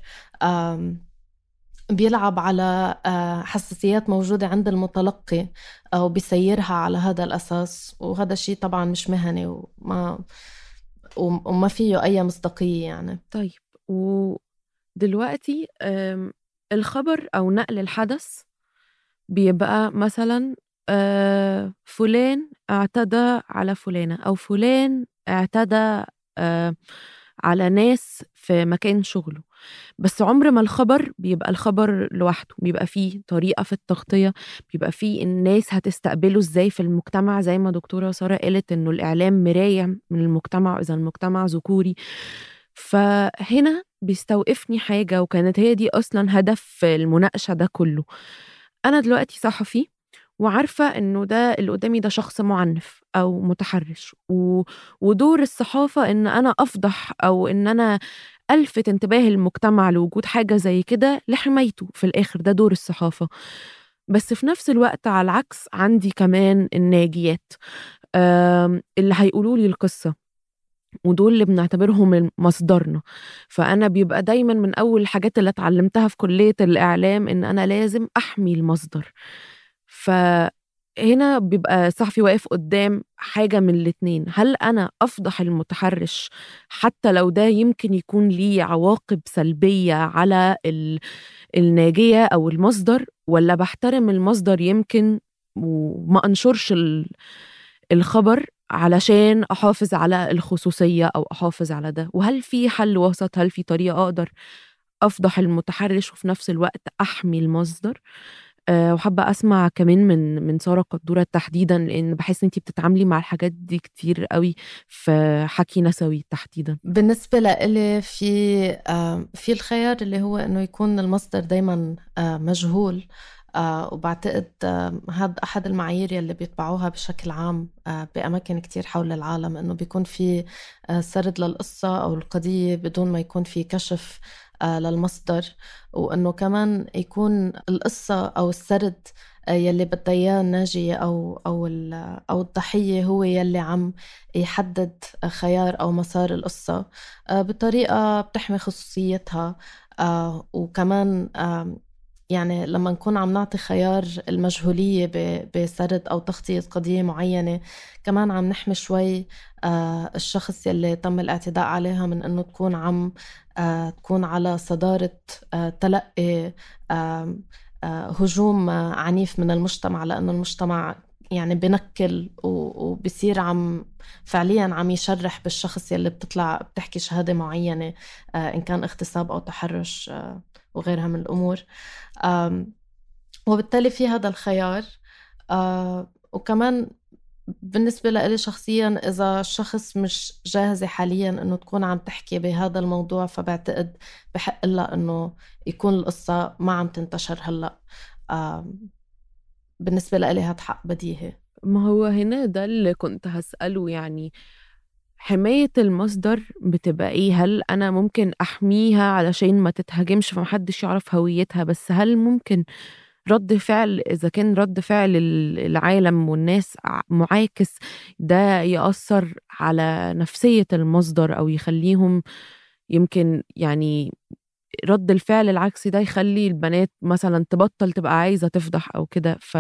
بيلعب على حساسيات موجودة عند المتلقي أو بيسيرها على هذا الأساس، وهذا الشيء طبعا مش مهني وما وما فيه أي مصداقية يعني. طيب، ودلوقتي الخبر أو نقل الحدث بيبقى مثلا فلان اعتدى على فلانة، أو فلان اعتدى على ناس في مكان شغله، بس عمر ما الخبر بيبقى الخبر لوحده. بيبقى فيه طريقة في التغطية، بيبقى فيه الناس هتستقبله ازاي في المجتمع، زي ما دكتورة سارة قالت انه الإعلام مراية من المجتمع إذا المجتمع ذكوري. فهنا بيستوقفني حاجة، وكانت هي دي أصلا هدف المناقشة ده كله. أنا دلوقتي صحفي وعارفة إنه ده اللي قدامي ده شخص معنف أو متحرش، و... ودور الصحافة إن أنا أفضح أو إن أنا ألفت انتباه المجتمع لوجود حاجة زي كده لحمايته. في الآخر ده دور الصحافة. بس في نفس الوقت على العكس عندي كمان الناجيات اللي هيقولوا لي القصة، ودول اللي بنعتبرهم مصدرنا. فأنا بيبقى دايما من أول الحاجات اللي اتعلمتها في كلية الإعلام إن أنا لازم أحمي المصدر. فهنا بيبقى صحفي واقف قدام حاجة من الاتنين: هل أنا أفضح المتحرش حتى لو ده يمكن يكون ليه عواقب سلبية على الناجية أو المصدر، ولا بحترم المصدر يمكن وما أنشرش الخبر علشان أحافظ على الخصوصية أو أحافظ على ده؟ وهل في حل وسط؟ هل في طريقة أقدر أفضح المتحرش وفي نفس الوقت أحمي المصدر؟ أه وحابة أسمع كمان من من سارة قدورة تحديدا، لأن بحس أنتي بتتعاملي مع الحاجات دي كتير قوي في حكي نسوي تحديدا. بالنسبة لإلي في آه في الخيار اللي هو إنه يكون المصدر دايما آه مجهول. آه وبعتقد آه هذا أحد المعايير اللي بيتبعوها بشكل عام آه بأماكن كتير حول العالم، إنه بيكون في آه سرد للقصة أو القضية بدون ما يكون في كشف آه للمصدر، وإنه كمان يكون القصة أو السرد آه يلي بدها إياه الناجية أو أو أو الضحية هو يلي عم يحدد خيار أو مسار القصة آه بطريقة بتحمي خصوصيتها. آه وكمان آه يعني لما نكون عم نعطي خيار المجهولية بسرد أو تغطية قضية معينة، كمان عم نحمي شوي آه الشخص يلي تم الاعتداء عليها من أنه تكون عم آه تكون على صدارة آه تلقي آه آه هجوم آه عنيف من المجتمع، لأنه المجتمع يعني بنكل وبصير عم فعليا عم يشرح بالشخص يلي بتطلع بتحكي شهادة معينة آه إن كان اغتصاب أو تحرش آه وغيرها من الأمور. وبالتالي في هذا الخيار. وكمان بالنسبة لي شخصيا، إذا الشخص مش جاهزة حاليا أنه تكون عم تحكي بهذا الموضوع، فبعتقد بحق لها أنه يكون القصة ما عم تنتشر هلأ. بالنسبة لي هاد حق بديهي. ما هو هنا ده اللي كنت هسأله، يعني حماية المصدر بتبقى ايه؟ هل انا ممكن احميها علشان ما تتهاجمش فمحدش يعرف هويتها، بس هل ممكن رد فعل، إذا كان رد فعل العالم والناس معاكس، ده يأثر على نفسية المصدر أو يخليهم يمكن يعني رد الفعل العكسي ده يخلي البنات مثلا تبطل تبقى عايزة تفضح أو كده. ف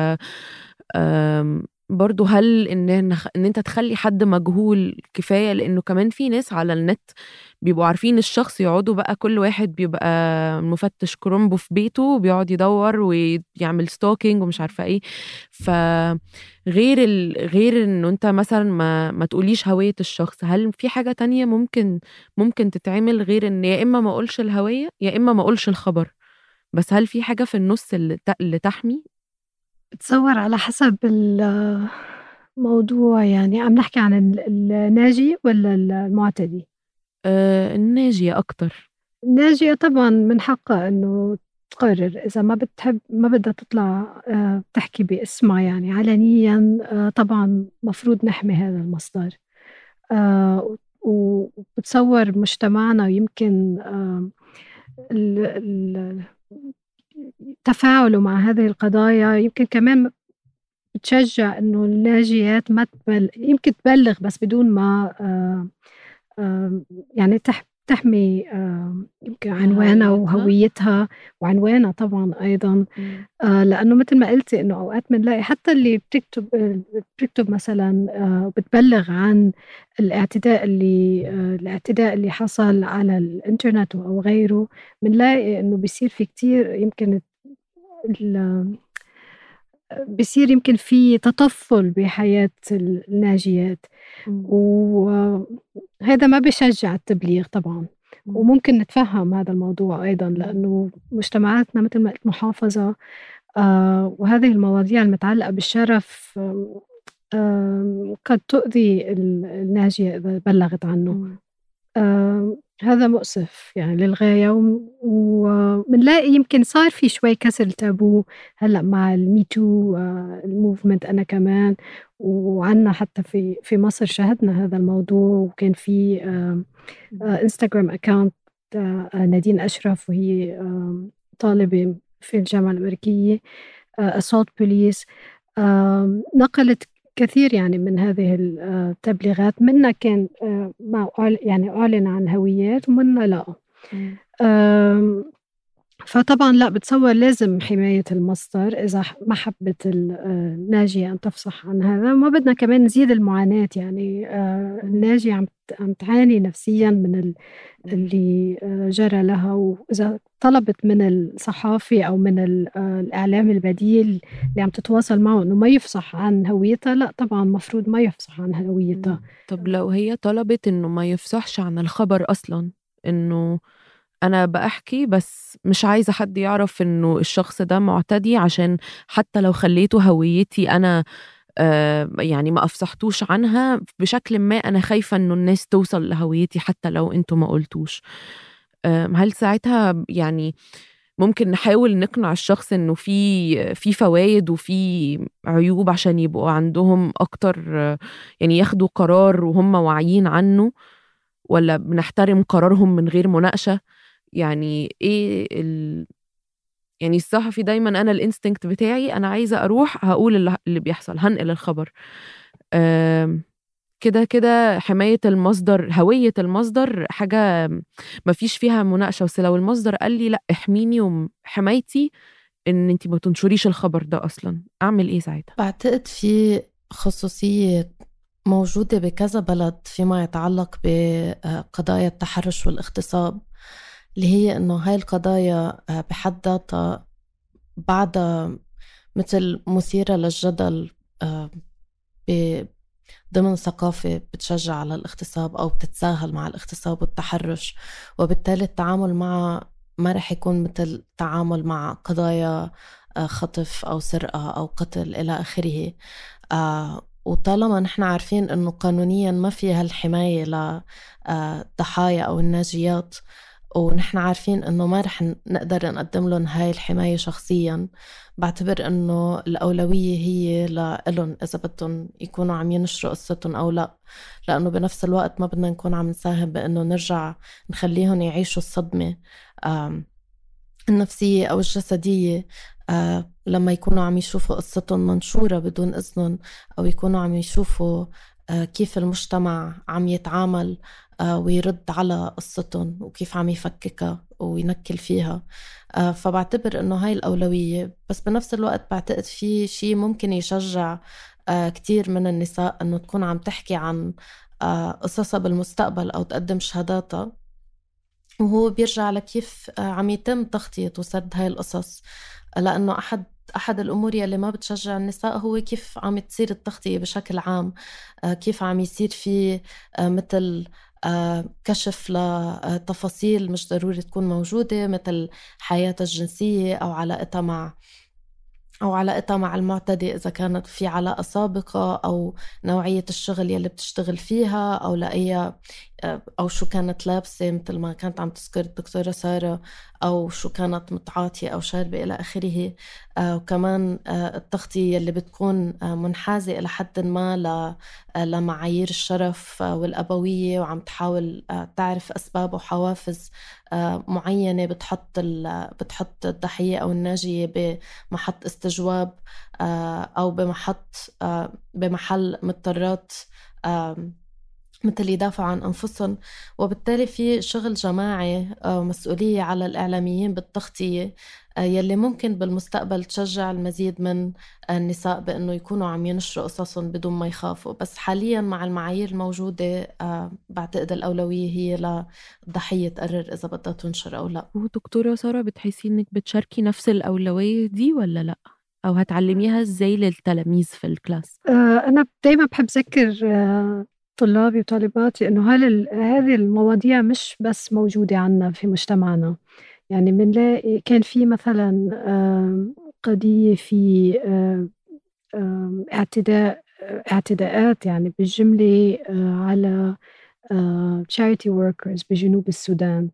برضو هل إن, إن أنت تخلي حد مجهول كفاية؟ لأنه كمان في ناس على النت بيبقوا عارفين الشخص، يقعدوا بقى كل واحد بيبقى مفتش كرومبو في بيته بيقعد يدور ويعمل ستوكينج ومش عارفة ايه. فغير ال... غير انه انت مثلا ما, ما تقوليش هوية الشخص، هل في حاجة تانية ممكن ممكن تتعمل غير ان يا اما ما اقولش الهوية يا اما ما اقولش الخبر؟ بس هل في حاجة في النص اللي, ت... اللي تحمي؟ بتصور على حسب الموضوع. يعني عم نحكي عن الناجي ولا المعتدي؟ آه الناجية أكتر. الناجية طبعا من حقها إنه تقرر إذا ما بتحب ما بدها تطلع آه تحكي باسمها يعني علنيا. آه طبعا مفروض نحمي هذا المصدر. آه وبتصور مجتمعنا ويمكن آه تفاعله مع هذه القضايا يمكن كمان بتشجع إنه الناجيات ما تبل... يمكن تبلغ بس بدون ما آه آه يعني تح... تحمي آه يمكن عنوانها وهويتها وعنوانها طبعا أيضا. آه لأنه مثل ما قلتي إنه أوقات بنلاقي حتى اللي بتكتب بتكتب مثلا آه بتبلغ عن الاعتداء اللي آه الاعتداء اللي حصل على الإنترنت أو غيره، بنلاقي إنه بيصير في كتير يمكن بيصير يمكن في تطفل بحياة الناجيات، وهذا ما بيشجع التبليغ طبعا. وممكن نتفهم هذا الموضوع أيضا لأنه مجتمعاتنا مثل ما قلت محافظة، آه وهذه المواضيع المتعلقة بالشرف آه قد تؤذي الناجية إذا بلغت عنه. آه هذا مؤسف يعني للغاية. ومنلاقي يمكن صار في شوي كسر تابو هلأ مع الميتو آه الموفمنت. أنا كمان وعنا حتى في في مصر شاهدنا هذا الموضوع، وكان في آه آه انستغرام أكاونت آه نادين أشرف وهي آه طالبة في الجامعة الأمريكية آه assault police آه نقلت كثير يعني من هذه التبليغات. منا كان مع يعني أعلن عن هويات ومنا لا. فطبعا لا، بتصور لازم حماية المصدر إذا ما حبت الناجية أن تفصح عن هذا. وما بدنا كمان نزيد المعاناة. يعني الناجية عم عم تعاني نفسيا من اللي جرى لها، وإذا طلبت من الصحافي أو من الإعلام البديل اللي عم تتواصل معه إنه ما يفصح عن هويتها، لا طبعا مفروض ما يفصح عن هويتها. طب لو هي طلبت إنه ما يفصحش عن الخبر أصلا، إنه أنا بأحكي بس مش عايزة حد يعرف إنه الشخص ده معتدي، عشان حتى لو خليته هويتي أنا آه يعني ما أفصحتوش عنها بشكل ما، أنا خايفة إنه الناس توصل لهويتي حتى لو أنتوا ما قلتوش. آه هل ساعتها يعني ممكن نحاول نقنع الشخص إنه في في فوائد وفي عيوب عشان يبقوا عندهم أكتر آه يعني ياخدوا قرار وهم واعيين عنه، ولا بنحترم قرارهم من غير مناقشة؟ يعني ايه ال... يعني الصحفي دايما انا الانستنكت بتاعي انا عايزة اروح هقول اللي بيحصل، هنقل الخبر. كده كده حماية المصدر، هوية المصدر حاجة ما فيش فيها مناقشة. بس لو المصدر قال لي لا احميني وحمايتي ان انتي ما تنشريش الخبر ده اصلا، اعمل ايه ساعتها؟ بعتقد في خصوصية موجودة بكذا بلد فيما يتعلق بقضايا التحرش والاغتصاب، اللي هي إنه هاي القضايا بحد ذاتها بعدها مثل مثيرة للجدل ضمن ثقافة بتشجع على الاغتصاب أو بتتساهل مع الاغتصاب والتحرش، وبالتالي التعامل مع ما رح يكون مثل التعامل مع قضايا خطف أو سرقة أو قتل إلى آخره. وطالما نحن عارفين إنه قانونيا ما في هالحماية للضحايا أو الناجيات، ونحن عارفين إنه ما رح نقدر نقدم لهم هاي الحماية شخصيا، بعتبر إنه الأولوية هي لهم إذا بدهم يكونوا عم ينشروا قصتهم أو لا، لأنه بنفس الوقت ما بدنا نكون عم نساهم بإنه نرجع نخليهم يعيشوا الصدمة النفسية أو الجسدية آه لما يكونوا عم يشوفوا قصتهم منشورة بدون إذنهم، أو يكونوا عم يشوفوا آه كيف المجتمع عم يتعامل آه ويرد على قصتهم وكيف عم يفككها وينكل فيها. آه فبعتبر إنه هاي الأولوية. بس بنفس الوقت بعتقد في شيء ممكن يشجع آه كتير من النساء إنه تكون عم تحكي عن آه قصصها بالمستقبل أو تقدم شهاداتها، وهو بيرجع لكيف عم يتم تغطية وسرد هاي القصص. لأنه أحد أحد الأمور يلي ما بتشجع النساء هو كيف عم تصير التغطية بشكل عام، كيف عم يصير في مثل كشف لتفاصيل مش ضروري تكون موجودة، مثل حياتها الجنسية أو علاقتها مع أو علاقتها مع المعتدي إذا كانت في علاقة سابقة، أو نوعية الشغل يلي بتشتغل فيها، أو لأي أو شو كانت لابسة مثل ما كانت عم تذكر الدكتورة سارة، أو شو كانت متعاطية أو شاربة إلى آخره. آه وكمان آه التغطية اللي بتكون آه منحازة إلى حد ما لمعايير الشرف آه والأبوية، وعم تحاول آه تعرف أسباب وحوافز آه معينة بتحط بتحط الضحية أو الناجية بمحط استجواب آه أو بمحط آه بمحل مضطرات آه مثل يدافعوا عن أنفسهم. وبالتالي في شغل جماعي ومسؤولية على الإعلاميين بالتغطية يلي ممكن بالمستقبل تشجع المزيد من النساء بأنه يكونوا عم ينشروا قصصهم بدون ما يخافوا. بس حاليا مع المعايير الموجودة بعتقد الأولوية هي للضحية تقرر إذا بدها تنشر أو لا. ودكتورة سارة بتحسي إنك بتشاركي نفس الأولوية دي ولا لا؟ أو هتعلميها إزاي للتلاميذ في الكلاس؟ أنا دايما بحب أذكر طلابي وطالباتي إنه هذه المواضيع مش بس موجودة عنا في مجتمعنا. يعني بنلاقي كان في مثلا قضية في اعتداء اعتداءات يعني بالجملة على charity workers بجنوب السودان.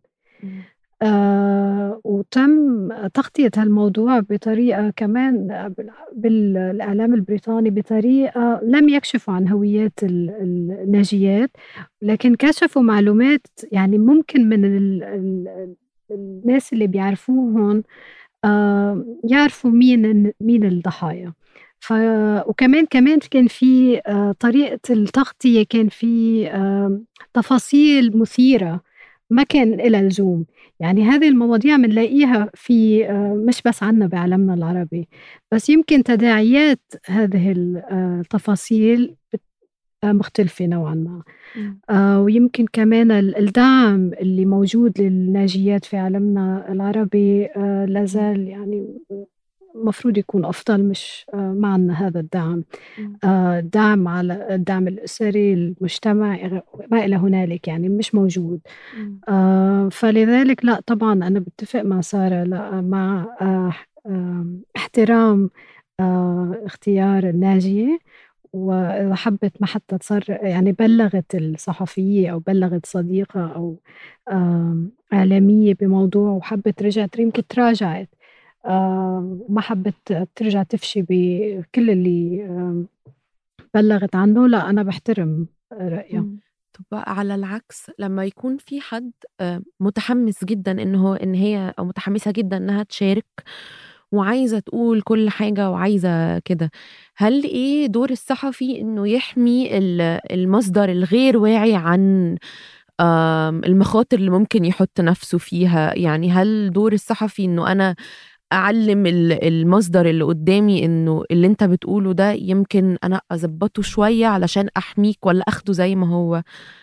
آه وتم تغطية هالموضوع بطريقة كمان بالإعلام البريطاني بطريقة لم يكشفوا عن هويات الناجيات، لكن كشفوا معلومات يعني ممكن من ال ال الناس اللي بيعرفوهم آه يعرفوا مين مين الضحايا. ف وكمان كمان كان في آه طريقة التغطية، كان في آه تفاصيل مثيرة ما كان إلى لزوم. يعني هذه المواضيع بنلاقيها في مش بس عنا بعالمنا العربي، بس يمكن تداعيات هذه التفاصيل مختلفة نوعا ما. آه ويمكن كمان الدعم اللي موجود للناجيات في عالمنا العربي آه لازال يعني مفروض يكون أفضل. مش آه معنا هذا الدعم، آه دعم على الدعم الأسري المجتمع ما إلى هنالك يعني مش موجود. آه فلذلك لا طبعا أنا بتفق مع سارة، لا مع آه آه احترام آه اختيار الناجية، وإذا حبت ما حتى تصر يعني بلغت الصحفية أو بلغت صديقة أو إعلامية بموضوع وحبت رجعت يمكن تراجعت وما حبت ترجع تفشي بكل اللي بلغت عنه، لا أنا بحترم رأيها. طب بقى على العكس، لما يكون في حد متحمس جدا إنه إن هي أو متحمسة جدا إنها تشارك وعايزة تقول كل حاجة وعايزة كده، هل إيه دور الصحفي إنه يحمي المصدر الغير واعي عن المخاطر اللي ممكن يحط نفسه فيها؟ يعني هل دور الصحفي إنه أنا أعلم المصدر اللي قدامي إنه اللي أنت بتقوله ده يمكن أنا أزبطه شوية علشان أحميك، ولا أخده زي ما هو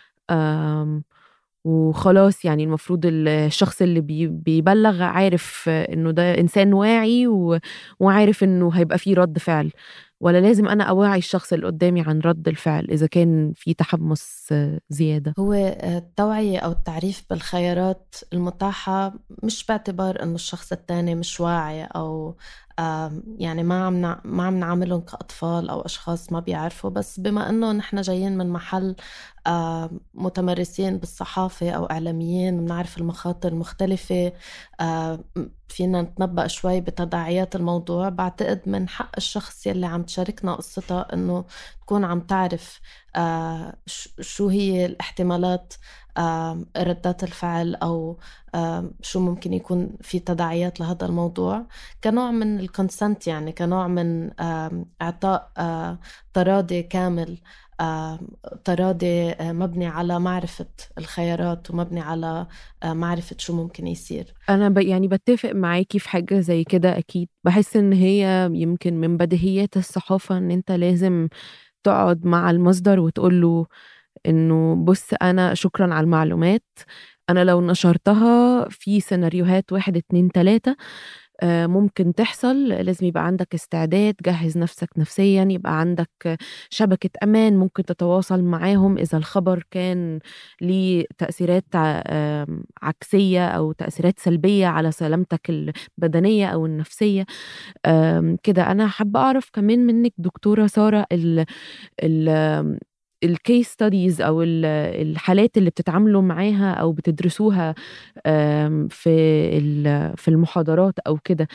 وخلاص؟ يعني المفروض الشخص اللي بيبلغ عارف إنه ده إنسان واعي وعارف إنه هيبقى فيه رد فعل، ولا لازم أنا أوعي الشخص اللي قدامي عن رد الفعل إذا كان في تحمس زيادة؟ هو التوعية أو التعريف بالخيارات المتاحة مش باعتبار إنه الشخص التاني مش واعي أو يعني ما عم ما عم نعاملهم كأطفال أو أشخاص ما بيعرفوا، بس بما إنه نحن جايين من محل متمرسين بالصحافة أو إعلاميين بنعرف المخاطر المختلفة، فينا نتنبأ شوي بتداعيات الموضوع. بعتقد من حق الشخص يلي عم تشاركنا قصتها إنه تكون عم تعرف شو هي الاحتمالات ردات الفعل أو شو ممكن يكون في تداعيات لهذا الموضوع، كنوع من الكونسنت، يعني كنوع من إعطاء تراضي كامل، تراضي مبني على معرفة الخيارات ومبني على معرفة شو ممكن يصير. أنا ب... يعني بتفق معاكي في حاجة زي كده. أكيد بحس إن هي يمكن من بديهيات الصحافة إن أنت لازم تقعد مع المصدر وتقوله إنه بص أنا شكرا على المعلومات، أنا لو نشرتها في سيناريوهات واحد اتنين تلاتة ممكن تحصل، لازم يبقى عندك استعداد، جهز نفسك نفسيا، يبقى عندك شبكة أمان ممكن تتواصل معاهم إذا الخبر كان ليه تأثيرات عكسية أو تأثيرات سلبية على سلامتك البدنية أو النفسية كده. أنا حابة أعرف كمان منك دكتورة سارة ال ال الكيس ستاديز أو الحالات اللي بتتعاملوا معاها أو بتدرسوها في في المحاضرات أو كده،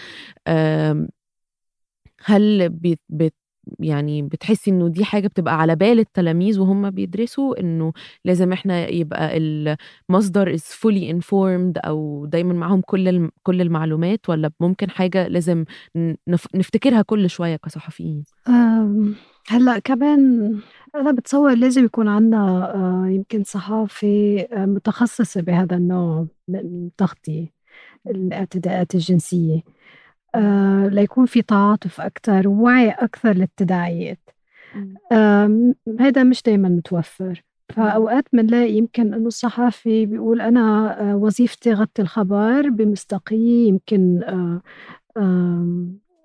هل بت بت يعني بتحسي إنه دي حاجة بتبقى على بال التلاميذ وهم بيدرسوا، إنه لازم إحنا يبقى المصدر is fully informed أو دايما معهم كل كل المعلومات، ولا ممكن حاجة لازم نفتكرها كل شوية كصحفيين؟ هلأ كمان أنا بتصور لازم يكون عنا يمكن صحافة متخصصة بهذا النوع من التغطية الاعتداءات الجنسية، آه، ليكون في تعاطف أكتر ووعي أكثر للتداعيات. هذا مش دايما متوفر، فأوقات منلاقي يمكن أنه الصحافي بيقول أنا آه وظيفتي غطي الخبر بمصداقية، يمكن آه آه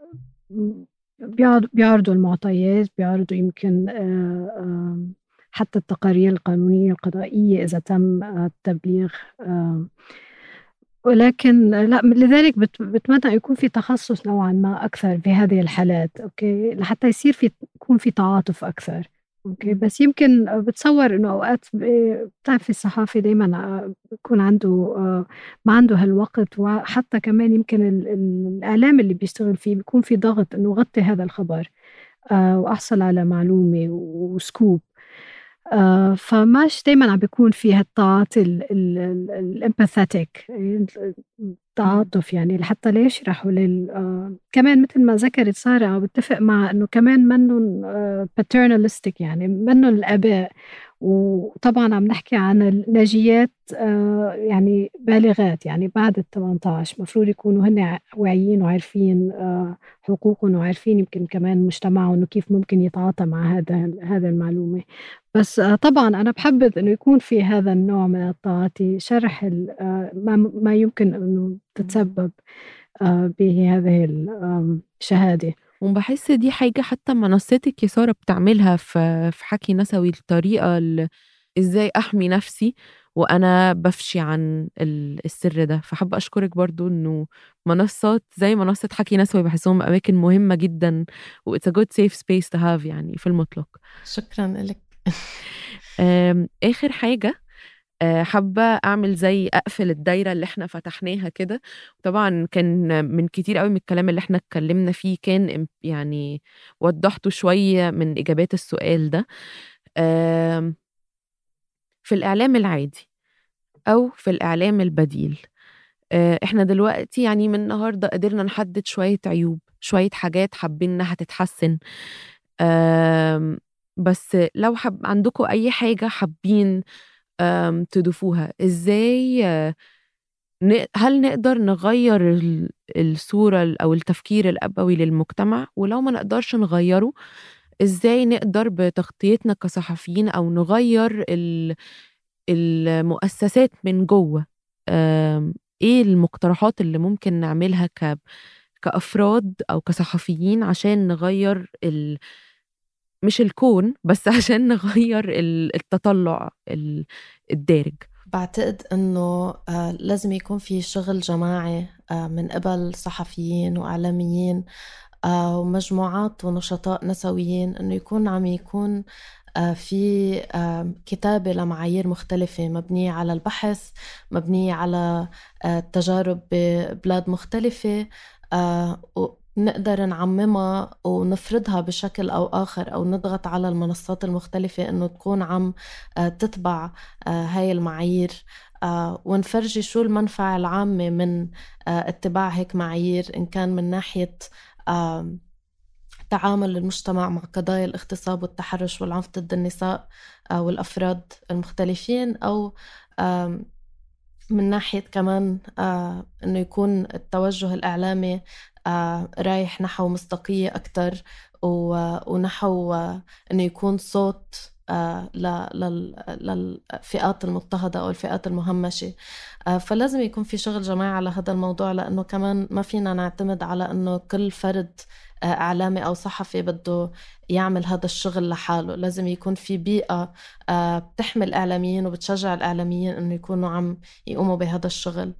بيعرضوا المعطيات، بيعرضوا يمكن آه آه حتى التقارير القانونية القضائية إذا تم التبليغ، آه ولكن لا، لذلك بتمنى يكون في تخصص نوعا ما أكثر في هذه الحالات، أوكي، لحتى يصير في يكون في تعاطف أكثر، أوكي. بس يمكن بتصور إنه أوقات بتعرف الصحافي دايما يكون عنده ما عنده هالوقت، وحتى كمان يمكن الإعلام اللي بيشتغل فيه بيكون في ضغط إنه غطي هذا الخبر وأحصل على معلومة وسكوب، آه فماش دايما عم بيكون فيها التعاطي الامباثيتك، التعاطف يعني لحتى لا يشرحوا لل آه كمان مثل ما ذكرت سارة، بتفق مع انه كمان منهم آه paternalistic، يعني منهم الاباء، وطبعا عم نحكي عن الناجيات آه يعني بالغات، يعني بعد ال ثمانية عشر مفروض يكونوا هن واعيين وعارفين آه حقوقهم، وعارفين يمكن كمان مجتمعهم انه كيف ممكن يتعاطى مع هذا هذا المعلومة. بس آه طبعا أنا بحبذ إنه يكون في هذا النوع من التعاطي، شرح آه ما ما يمكن إنه تتسبب آه بهذه الشهادة. وبحس دي حاجة حتى منصتك يا سارة بتعملها في في حكي نسوي، الطريقة إزاي أحمي نفسي وأنا بفشي عن السر ده. فحب أشكرك برضو إنه منصات زي منصة حكي نسوي بحسهم أماكن مهمة جدا، و it's a good safe space to have يعني في المطلق. شكرا لك. آخر حاجة حابة أعمل زي أقفل الدايرة اللي احنا فتحناها كده. طبعا كان من كتير قوي من الكلام اللي احنا اتكلمنا فيه كان يعني وضحته شوية من إجابات السؤال ده. في الإعلام العادي أو في الإعلام البديل، احنا دلوقتي يعني من النهاردة قدرنا نحدد شوية عيوب، شوية حاجات حابين انها تتحسن، بس لو حب عندكم أي حاجة حابين تضيفوها، ازاي هل نقدر نغير الصورة أو التفكير الأبوي للمجتمع؟ ولو ما نقدرش نغيره، ازاي نقدر بتغطيتنا كصحفيين أو نغير المؤسسات من جوه؟ ايه المقترحات اللي ممكن نعملها ك كأفراد أو كصحفيين عشان نغير ال... مش الكون بس عشان نغير التطلع الدارج؟ بعتقد أنه لازم يكون في شغل جماعي من قبل صحفيين وإعلاميين ومجموعات ونشطاء نسويين، أنه يكون عم يكون في كتابة لمعايير مختلفة مبنية على البحث، مبنية على تجارب ببلاد مختلفة، نقدر نعممها ونفرضها بشكل أو آخر، أو نضغط على المنصات المختلفة إنه تكون عم تتبع هاي المعايير، ونفرجي شو المنفعة العامة من اتباع هيك معايير، إن كان من ناحية تعامل المجتمع مع قضايا الاغتصاب والتحرش والعنف ضد النساء والأفراد المختلفين، أو من ناحية كمان إنه يكون التوجه الإعلامي رايح نحو مصداقية أكتر، ونحو إنه يكون صوت للفئات المضطهدة أو الفئات المهمشة. فلازم يكون في شغل جماعي على هذا الموضوع، لأنه كمان ما فينا نعتمد على أنه كل فرد إعلامي أو صحفي بده يعمل هذا الشغل لحاله. لازم يكون في بيئة بتحمل الإعلاميين وبتشجع الإعلاميين أنه يكونوا عم يقوموا بهذا الشغل.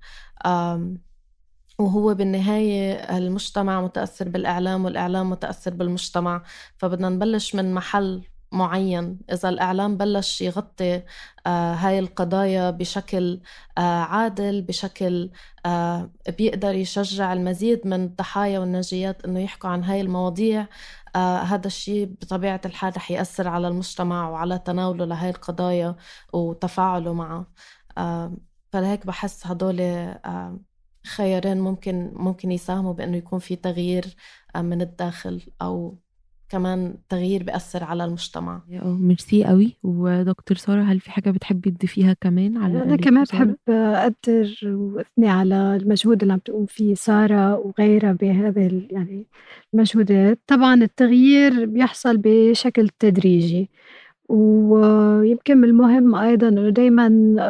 وهو بالنهاية المجتمع متأثر بالإعلام والإعلام متأثر بالمجتمع، فبدنا نبلش من محل معين. إذا الإعلام بلش يغطي آه هاي القضايا بشكل آه عادل، بشكل آه بيقدر يشجع المزيد من الضحايا والناجيات إنه يحكوا عن هاي المواضيع، آه هذا الشيء بطبيعة الحال رح يأثر على المجتمع وعلى تناوله لهاي القضايا وتفاعله معه. آه فلهيك بحس هدول آه خيارين ممكن ممكن يساهموا بأنه يكون في تغيير آه من الداخل، أو كمان تغيير بيأثر على المجتمع. ميرسي قوي. ودكتور سارة، هل في حاجة بتحبي تضيفيها كمان على؟ أنا كمان بحب أقدر وأثني على المجهود اللي عم تقوم فيه سارة وغيرها بهذه يعني المجهودات. طبعا التغيير بيحصل بشكل تدريجي، ويمكن من المهم أيضا أنه دايما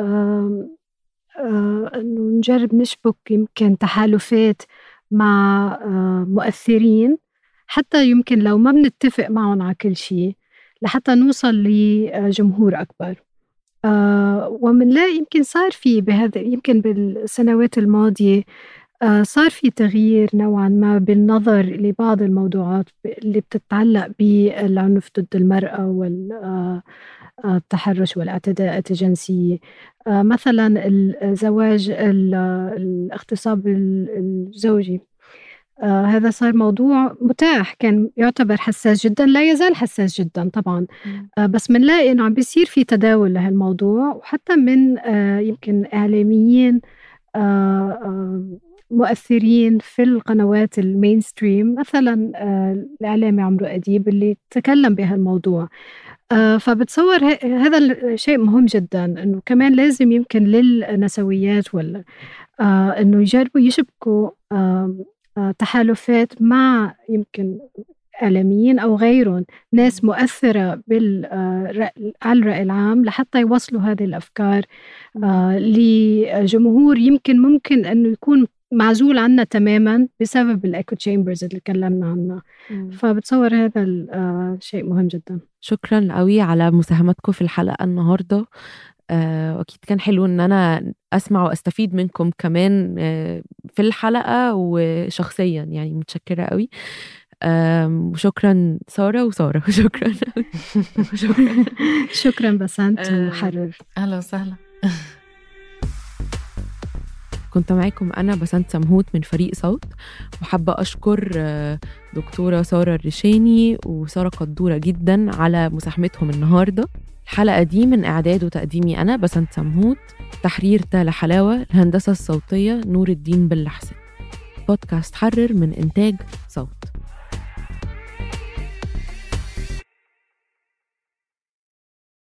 أنه نجرب نشبك يمكن تحالفات مع مؤثرين، حتى يمكن لو ما بنتفق معهم على كل شيء، لحتى نوصل لجمهور أكبر. آه ومنلاقي يمكن صار في بهذا يمكن بالسنوات الماضية آه صار في تغيير نوعا ما بالنظر لبعض الموضوعات اللي بتتعلق بالعنف ضد المرأة والتحرش والاعتداءات الجنسية. آه مثلا الزواج الاغتصاب الزوجي، آه هذا صار موضوع متاح، كان يعتبر حساس جدا، لا يزال حساس جدا طبعا، آه بس منلاقي انه عم بيصير في تداول لهالموضوع، وحتى من آه يمكن اعلاميين آه آه مؤثرين في القنوات المينستريم، مثلا آه الاعلامي عمرو أديب اللي تكلم بهالموضوع. آه فبتصور هذا الشيء مهم جدا، انه كمان لازم يمكن للنسويات ولا آه انه يجربوا يشبكوا آه تحالفات مع يمكن إعلاميين أو غيرهم، ناس مؤثرة على الرأي العام، لحتى يوصلوا هذه الأفكار لجمهور يمكن ممكن أنه يكون معزول عنا تماما بسبب الإيكو تشامبرز اللي تكلمنا عنها. فبتصور هذا الشيء مهم جدا. شكرا قوي على مساهمتكم في الحلقة النهاردة. أكيد كان حلو أن أنا أسمع وأستفيد منكم كمان في الحلقة وشخصيا، يعني متشكرة قوي. وشكرا سارة وسارة شكرا شكرا شكرا بسنت وحرر. أهلا وسهلا. كنت معاكم أنا بسنت سمهوت من فريق صوت، وحابة أشكر دكتورة سارة الرشاني وسارة قدورة جدا على مساهمتهم النهاردة. الحلقة دي من إعداد وتقديمي أنا بسنت سمهوت، تحرير تالا حلاوة، الهندسة الصوتية نور الدين باللحسن. بودكاست حرر من إنتاج صوت.